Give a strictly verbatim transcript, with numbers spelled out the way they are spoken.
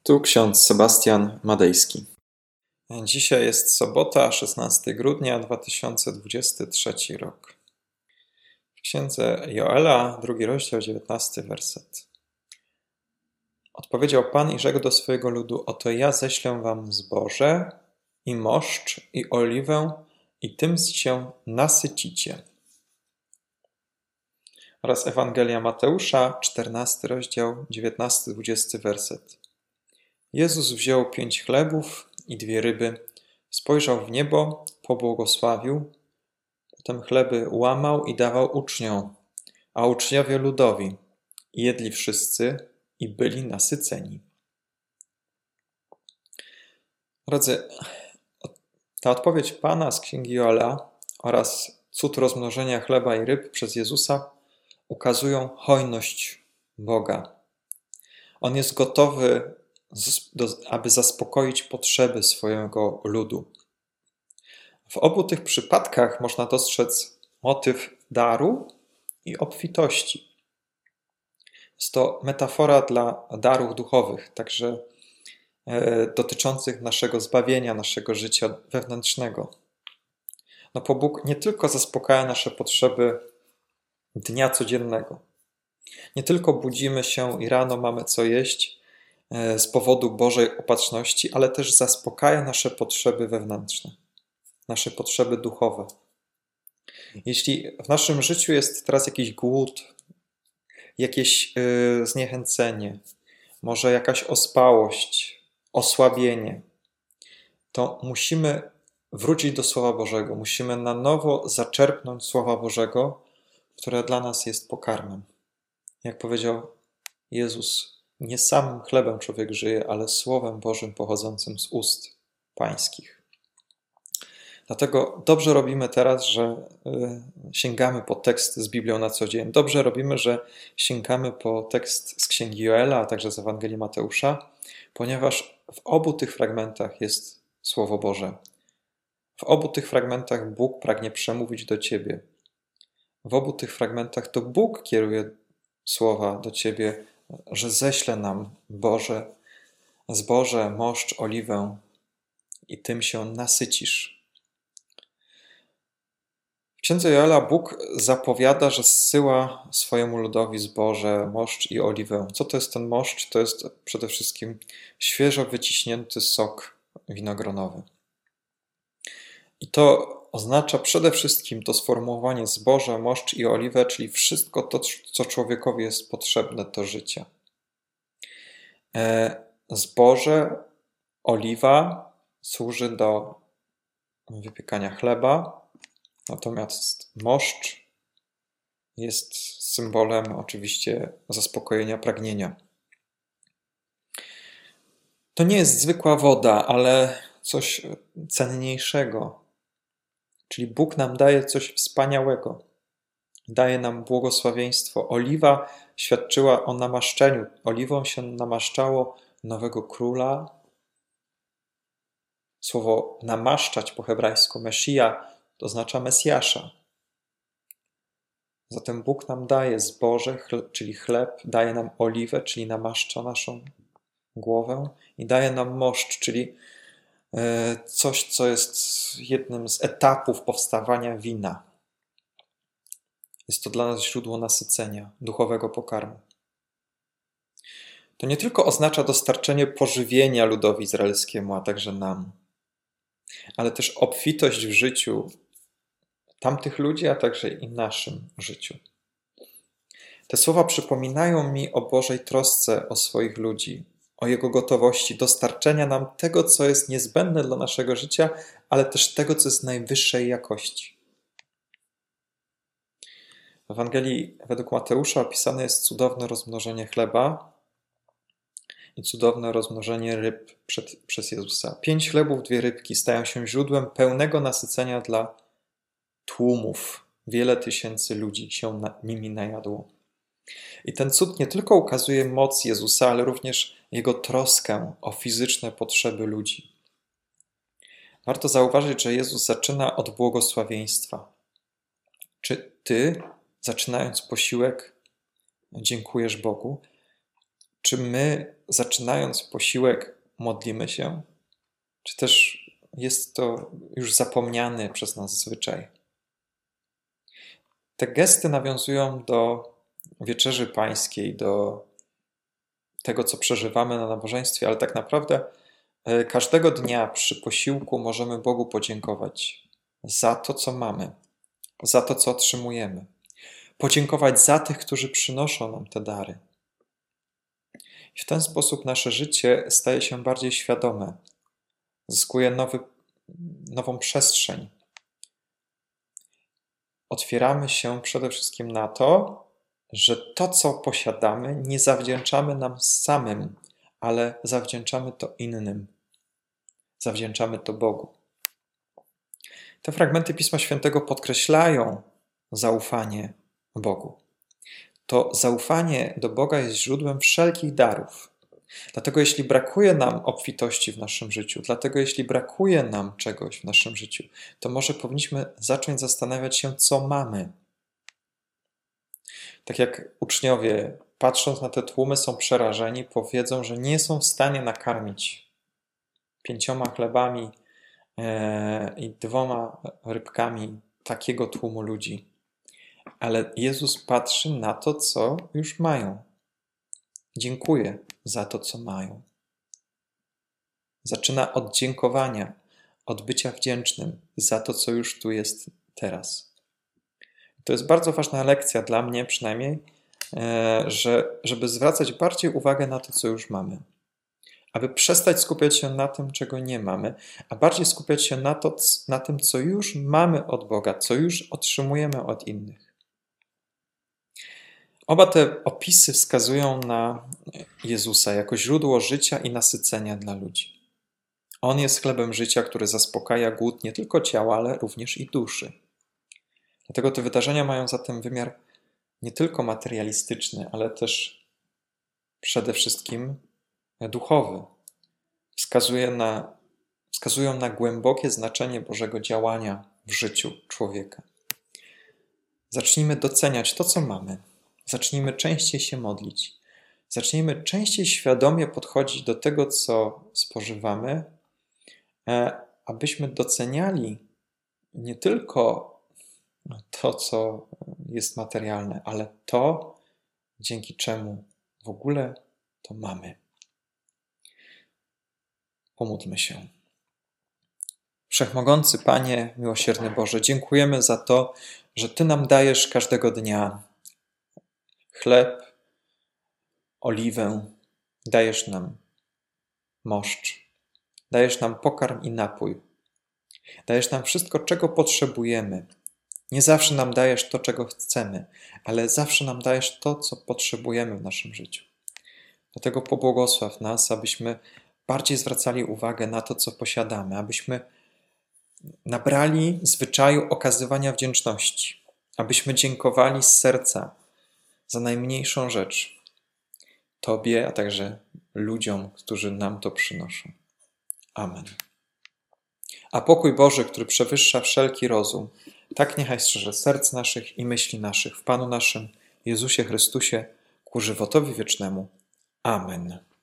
Tu ksiądz Sebastian Madejski. Dzisiaj jest sobota, szesnastego grudnia dwa tysiące dwudziesty trzeci rok. W księdze Joela, drugi rozdział, dziewiętnasty werset. Odpowiedział Pan i rzekł do swojego ludu: oto ja ześlę wam zboże i moszcz i oliwę i tym się nasycicie. Oraz Ewangelia Mateusza, czternasty rozdział, dziewiętnasty dwudziesty werset. Jezus wziął pięć chlebów i dwie ryby, spojrzał w niebo, pobłogosławił, potem chleby łamał i dawał uczniom, a uczniowie ludowi. I jedli wszyscy i byli nasyceni. Drodzy, ta odpowiedź Pana z księgi Joela oraz cud rozmnożenia chleba i ryb przez Jezusa ukazują hojność Boga. On jest gotowy, aby zaspokoić potrzeby swojego ludu. W obu tych przypadkach można dostrzec motyw daru i obfitości. Jest to metafora dla darów duchowych, także dotyczących naszego zbawienia, naszego życia wewnętrznego. No bo Bóg nie tylko zaspokaja nasze potrzeby dnia codziennego. Nie tylko budzimy się i rano mamy co jeść z powodu Bożej opatrzności, ale też zaspokaja nasze potrzeby wewnętrzne, nasze potrzeby duchowe. Jeśli w naszym życiu jest teraz jakiś głód, jakieś yy, zniechęcenie, może jakaś ospałość, osłabienie, to musimy wrócić do Słowa Bożego. Musimy na nowo zaczerpnąć Słowa Bożego, które dla nas jest pokarmem. Jak powiedział Jezus, nie samym chlebem człowiek żyje, ale Słowem Bożym pochodzącym z ust pańskich. Dlatego dobrze robimy teraz, że sięgamy po tekst z Biblią na co dzień. Dobrze robimy, że sięgamy po tekst z księgi Joela, a także z Ewangelii Mateusza, ponieważ w obu tych fragmentach jest Słowo Boże. W obu tych fragmentach Bóg pragnie przemówić do ciebie. W obu tych fragmentach to Bóg kieruje słowa do ciebie, że ześle nam Boże, zboże, moszcz, oliwę i tym się nasycisz. W księdze Joela Bóg zapowiada, że zsyła swojemu ludowi zboże, moszcz i oliwę. Co to jest ten moszcz? To jest przede wszystkim świeżo wyciśnięty sok winogronowy. I to oznacza przede wszystkim to sformułowanie zboże, moszcz i oliwę, czyli wszystko to, co człowiekowi jest potrzebne do życia. Zboże, oliwa służy do wypiekania chleba, natomiast moszcz jest symbolem oczywiście zaspokojenia pragnienia. To nie jest zwykła woda, ale coś cenniejszego. Czyli Bóg nam daje coś wspaniałego. Daje nam błogosławieństwo. Oliwa świadczyła o namaszczeniu. Oliwą się namaszczało nowego króla. Słowo namaszczać po hebrajsku, Mesija, to oznacza Mesjasza. Zatem Bóg nam daje zboże, czyli chleb, daje nam oliwę, czyli namaszcza naszą głowę i daje nam moszcz, czyli coś, co jest jednym z etapów powstawania wina. Jest to dla nas źródło nasycenia, duchowego pokarmu. To nie tylko oznacza dostarczenie pożywienia ludowi izraelskiemu, a także nam, ale też obfitość w życiu tamtych ludzi, a także i naszym życiu. Te słowa przypominają mi o Bożej trosce o swoich ludzi, o Jego gotowości dostarczenia nam tego, co jest niezbędne dla naszego życia, ale też tego, co jest najwyższej jakości. W Ewangelii według Mateusza opisane jest cudowne rozmnożenie chleba i cudowne rozmnożenie ryb przed, przez Jezusa. Pięć chlebów, dwie rybki stają się źródłem pełnego nasycenia dla tłumów. Wiele tysięcy ludzi się na, nimi najadło. I ten cud nie tylko ukazuje moc Jezusa, ale również Jego troskę o fizyczne potrzeby ludzi. Warto zauważyć, że Jezus zaczyna od błogosławieństwa. Czy ty, zaczynając posiłek, dziękujesz Bogu? Czy my, zaczynając posiłek, modlimy się? Czy też jest to już zapomniany przez nas zwyczaj? Te gesty nawiązują do wieczerzy pańskiej, do tego, co przeżywamy na nabożeństwie, ale tak naprawdę każdego dnia przy posiłku możemy Bogu podziękować za to, co mamy, za to, co otrzymujemy. Podziękować za tych, którzy przynoszą nam te dary. I w ten sposób nasze życie staje się bardziej świadome. Zyskuje nowy, nową przestrzeń. Otwieramy się przede wszystkim na to, że to, co posiadamy, nie zawdzięczamy nam samym, ale zawdzięczamy to innym. Zawdzięczamy to Bogu. Te fragmenty Pisma Świętego podkreślają zaufanie Bogu. To zaufanie do Boga jest źródłem wszelkich darów. Dlatego jeśli brakuje nam obfitości w naszym życiu, dlatego jeśli brakuje nam czegoś w naszym życiu, to może powinniśmy zacząć zastanawiać się, co mamy. Tak jak uczniowie, patrząc na te tłumy, są przerażeni, powiedzą, że nie są w stanie nakarmić pięcioma chlebami e, i dwoma rybkami takiego tłumu ludzi. Ale Jezus patrzy na to, co już mają. Dziękuję za to, co mają. Zaczyna od dziękowania, od bycia wdzięcznym za to, co już tu jest teraz. To jest bardzo ważna lekcja dla mnie przynajmniej, że, żeby zwracać bardziej uwagę na to, co już mamy. Aby przestać skupiać się na tym, czego nie mamy, a bardziej skupiać się na, to, na tym, co już mamy od Boga, co już otrzymujemy od innych. Oba te opisy wskazują na Jezusa jako źródło życia i nasycenia dla ludzi. On jest chlebem życia, który zaspokaja głód nie tylko ciała, ale również i duszy. Dlatego te wydarzenia mają zatem wymiar nie tylko materialistyczny, ale też przede wszystkim duchowy. Wskazuje na, wskazują na głębokie znaczenie Bożego działania w życiu człowieka. Zacznijmy doceniać to, co mamy. Zacznijmy częściej się modlić. Zacznijmy częściej świadomie podchodzić do tego, co spożywamy, abyśmy doceniali nie tylko to, co jest materialne, ale to, dzięki czemu w ogóle to mamy. Pomódlmy się. Wszechmogący Panie, miłosierny Boże, dziękujemy za to, że Ty nam dajesz każdego dnia chleb, oliwę, dajesz nam moszcz, dajesz nam pokarm i napój. Dajesz nam wszystko, czego potrzebujemy. Nie zawsze nam dajesz to, czego chcemy, ale zawsze nam dajesz to, co potrzebujemy w naszym życiu. Dlatego pobłogosław nas, abyśmy bardziej zwracali uwagę na to, co posiadamy, abyśmy nabrali zwyczaju okazywania wdzięczności, abyśmy dziękowali z serca za najmniejszą rzecz Tobie, a także ludziom, którzy nam to przynoszą. Amen. A pokój Boży, który przewyższa wszelki rozum, tak niechaj strzeże serc naszych i myśli naszych w Panu naszym, Jezusie Chrystusie, ku żywotowi wiecznemu. Amen.